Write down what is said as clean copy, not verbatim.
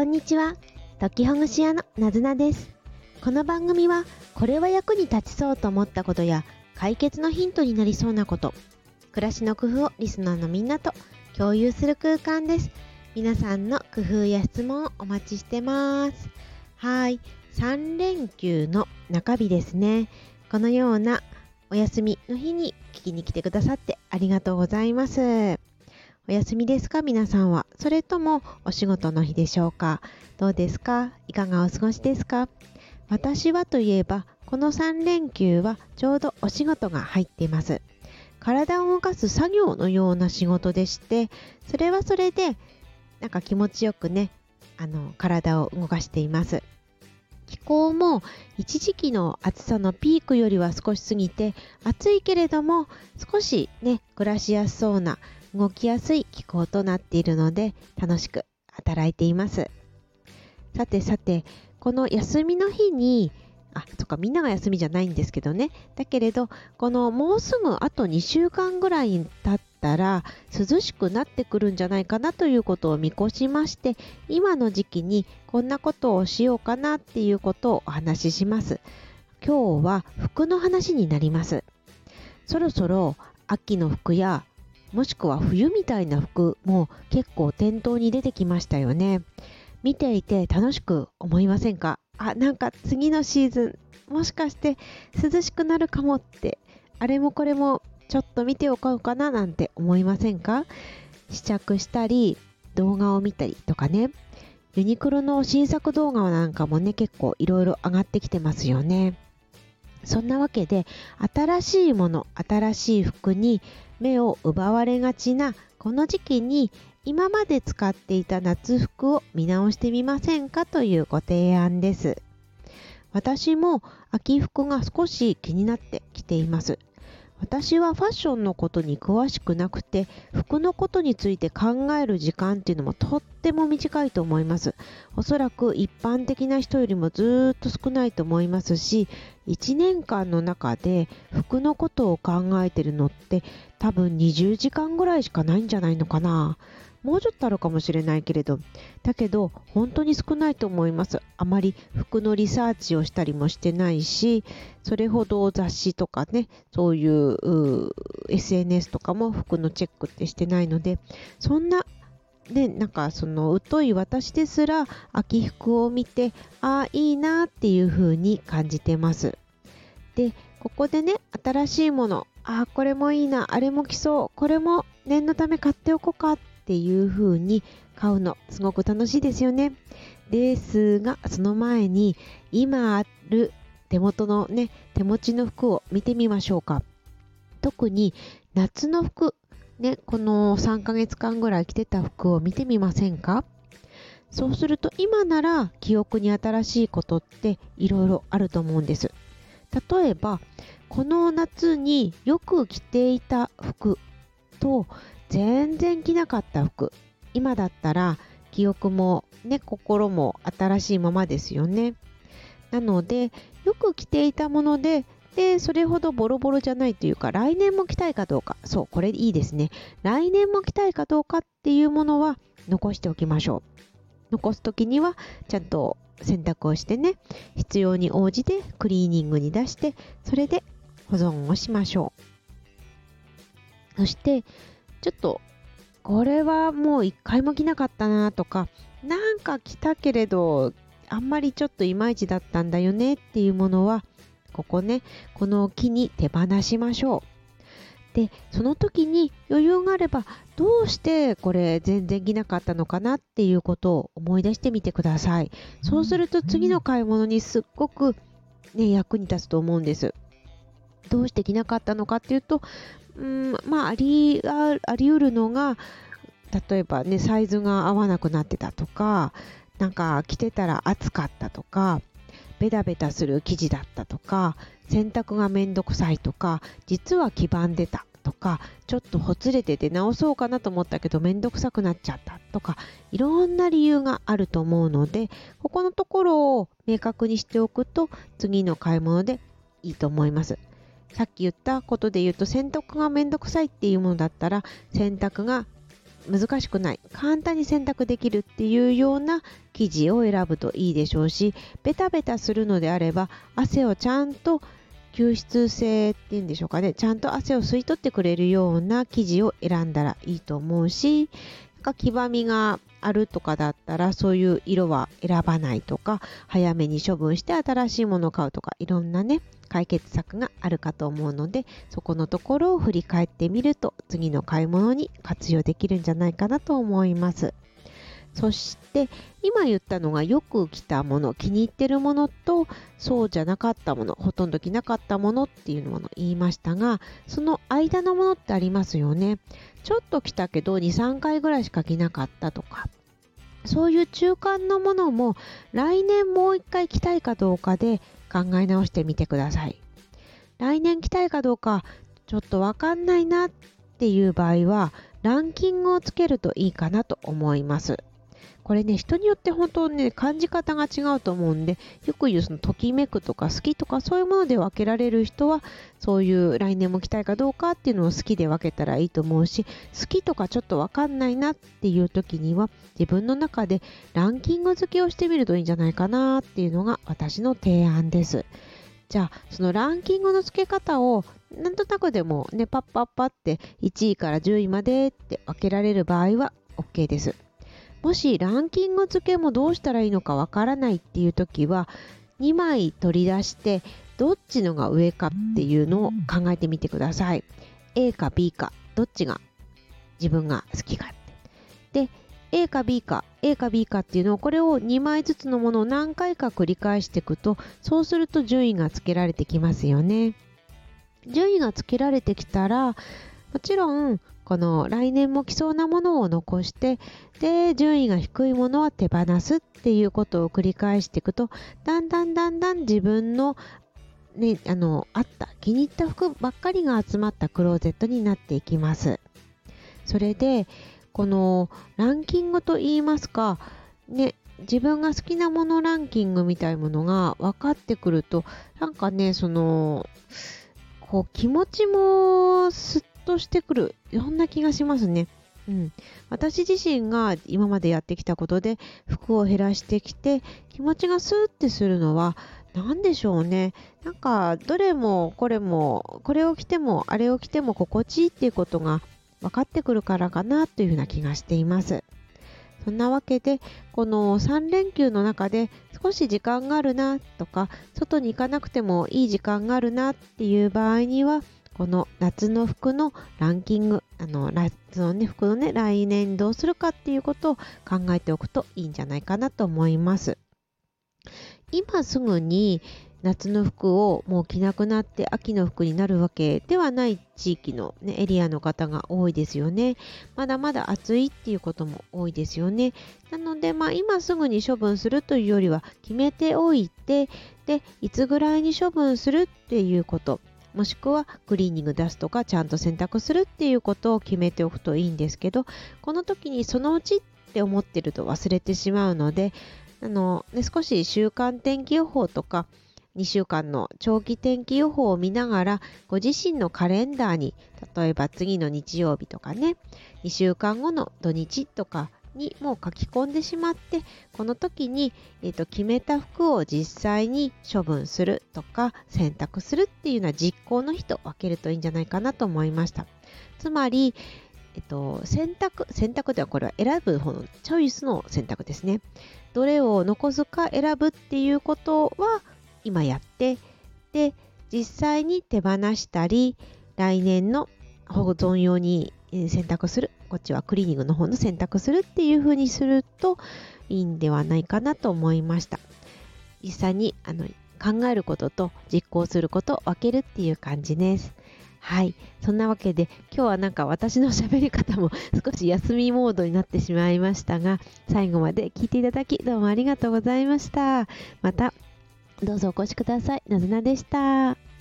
んにちは。解きほぐし屋のなずなです。この番組は、これは役に立ちそうと思ったことや解決のヒントになりそうなこと、暮らしの工夫をリスナーのみんなと共有する空間です。皆さんの工夫や質問をお待ちしてます。はい、3連休の中日ですね。このようなお休みの日に聞きに来てくださってありがとうございます。お休みですか皆さんは。それともお仕事の日でしょうか。どうですか。いかがお過ごしですか。私はといえばこの3連休はちょうどお仕事が入っています。体を動かす作業のような仕事でして、それはそれでなんか気持ちよくね、体を動かしています。気候も一時期の暑さのピークよりは少し過ぎて、暑いけれども少しね、暮らしやすそうな動きやすい気候となっているので、楽しく働いています。さて、この休みの日に、みんなが休みじゃないんですけどね。だけれど、このもうすぐあと2週間ぐらい経ったら涼しくなってくるんじゃないかなということを見越しまして、今の時期にこんなことをしようかなっていうことをお話しします。今日は服の話になります。そろそろ秋の服やもしくは冬みたいな服も結構店頭に出てきましたよね。見ていて楽しく思いませんか？なんか次のシーズンもしかして涼しくなるかもって、あれもこれもちょっと見ておこうかななんて思いませんか？試着したり動画を見たりとかね。ユニクロの新作動画なんかもね、結構いろいろ上がってきてますよね。そんなわけで、新しいもの、新しい服に目を奪われがちなこの時期に、今まで使っていた夏服を見直してみませんかというご提案です。私も秋服が少し気になってきています。私はファッションのことに詳しくなくて、服のことについて考える時間っていうのもとっても短いと思います。おそらく一般的な人よりもずっと少ないと思いますし、1年間の中で服のことを考えてるのって多分20時間ぐらいしかないんじゃないのかな。もうちょっとあるかもしれないけれど、だけど本当に少ないと思います。あまり服のリサーチをしたりもしてないし、それほど雑誌とかね、そういう、SNS とかも服のチェックってしてないので、そんなね、なんかその疎い私ですら秋服を見て、いいなっていう風に感じてます。で、ここでね、新しいもの、これもいいな、あれも着そう、これも念のため買っておこうかっていう風に買うのすごく楽しいですよね。ですが、その前に今ある手元のね、手持ちの服を見てみましょうか。特に夏の服ね、この3ヶ月間ぐらい着てた服を見てみませんか？そうすると今なら記憶に新しいことっていろいろあると思うんです。例えばこの夏によく着ていた服と全然着なかった服、今だったら記憶もね、心も新しいままですよね。なのでよく着ていたもので、それほどボロボロじゃないというか、来年も着たいかどうか、そう、これいいですね。来年も着たいかどうかっていうものは残しておきましょう。残すときにはちゃんと洗濯をしてね、必要に応じてクリーニングに出して、それで保存をしましょう。そしてちょっとこれはもう一回も着なかったなとか、なんか着たけれどあんまりちょっといまいちだったんだよねっていうものは、この機に手放しましょう。で、その時に余裕があれば、どうしてこれ全然着なかったのかなっていうことを思い出してみてください。そうすると次の買い物にすっごくね、役に立つと思うんです。どうして着なかったのかっていうと、あり得るのが、例えばね、サイズが合わなくなってたとか、なんか着てたら暑かったとか、ベタベタする生地だったとか、洗濯がめんどくさいとか、実は黄ばんでたとか、ちょっとほつれてて直そうかなと思ったけどめんどくさくなっちゃったとか、いろんな理由があると思うので、ここのところを明確にしておくと次の買い物でいいと思います。さっき言ったことで言うと、洗濯がめんどくさいっていうものだったら、洗濯が難しくない、簡単に洗濯できるっていうような生地を選ぶといいでしょうし、ベタベタするのであれば汗をちゃんと吸湿性っていうんでしょうかね、ちゃんと汗を吸い取ってくれるような生地を選んだらいいと思うし、黄ばみがあるとかだったらそういう色は選ばないとか、早めに処分して新しいものを買うとか、いろんなね解決策があるかと思うので、そこのところを振り返ってみると次の買い物に活用できるんじゃないかなと思います。そして今言ったのがよく着たもの、気に入ってるものとそうじゃなかったもの、ほとんど着なかったものっていうのを言いましたが、その間のものってありますよね。ちょっと着たけど 2,3 回ぐらいしか着なかったとか、そういう中間のものも来年もう一回着たいかどうかで考え直してみてください。来年着たいかどうかちょっとわかんないなっていう場合はランキングをつけるといいかなと思います。これね、人によって本当ね感じ方が違うと思うんで、よく言うそのときめくとか好きとかそういうもので分けられる人は、そういう来年も着たいかどうかっていうのを好きで分けたらいいと思うし、好きとかちょっと分かんないなっていう時には自分の中でランキング付けをしてみるといいんじゃないかなっていうのが私の提案です。じゃあそのランキングの付け方をなんとなくでもねパッパッパって1位から10位までって分けられる場合は OK です。もしランキング付けもどうしたらいいのかわからないっていう時は2枚取り出してどっちのが上かっていうのを考えてみてください。 A か B かどっちが自分が好きかで、 A か B か A か B かっていうのをこれを2枚ずつのものを何回か繰り返していくと、そうすると順位がつけられてきますよね。順位がつけられてきたらもちろんこの来年も着そうなものを残して、で順位が低いものは手放すっていうことを繰り返していくと、だんだん自分のねあった気に入った服ばっかりが集まったクローゼットになっていきます。それでこのランキングといいますかね、自分が好きなものランキングみたいなものが分かってくると、なんかねこう気持ちもスッとしてくるそんな気がしますね。私自身が今までやってきたことで服を減らしてきて気持ちがスーってするのは何でしょうね。なんかどれもこれもこれを着てもあれを着ても心地いいっていうことが分かってくるからかなというふうな気がしています。そんなわけでこの3連休の中で少し時間があるなとか、外に行かなくてもいい時間があるなっていう場合には、この夏の服のランキング、夏の、服の来年どうするかっていうことを考えておくといいんじゃないかなと思います。今すぐに夏の服をもう着なくなって秋の服になるわけではない地域の、エリアの方が多いですよね。まだまだ暑いっていうことも多いですよね。なので、今すぐに処分するというよりは決めておいて、でいつぐらいに処分するっていうこと、もしくはクリーニング出すとかちゃんと洗濯するっていうことを決めておくといいんですけど、この時にそのうちって思ってると忘れてしまうので、少し週間天気予報とか2週間の長期天気予報を見ながらご自身のカレンダーに、例えば次の日曜日とかね、2週間後の土日とかにもう書き込んでしまって、この時に、決めた服を実際に処分するとか洗濯するっていうような実行の日と分けるといいんじゃないかなと思いました。つまり、選択ではこれは選ぶ方のチョイスの選択ですね。どれを残すか選ぶっていうことは今やって、で実際に手放したり来年の保存用に洗濯する、こっちはクリーニングの方の洗濯するっていう風にするといいんではないかなと思いました。実際に考えることと実行することを分けるっていう感じです。はい、そんなわけで今日はなんか私の喋り方も少し休みモードになってしまいましたが、最後まで聞いていただきどうもありがとうございました。またどうぞお越しください。なずなでした。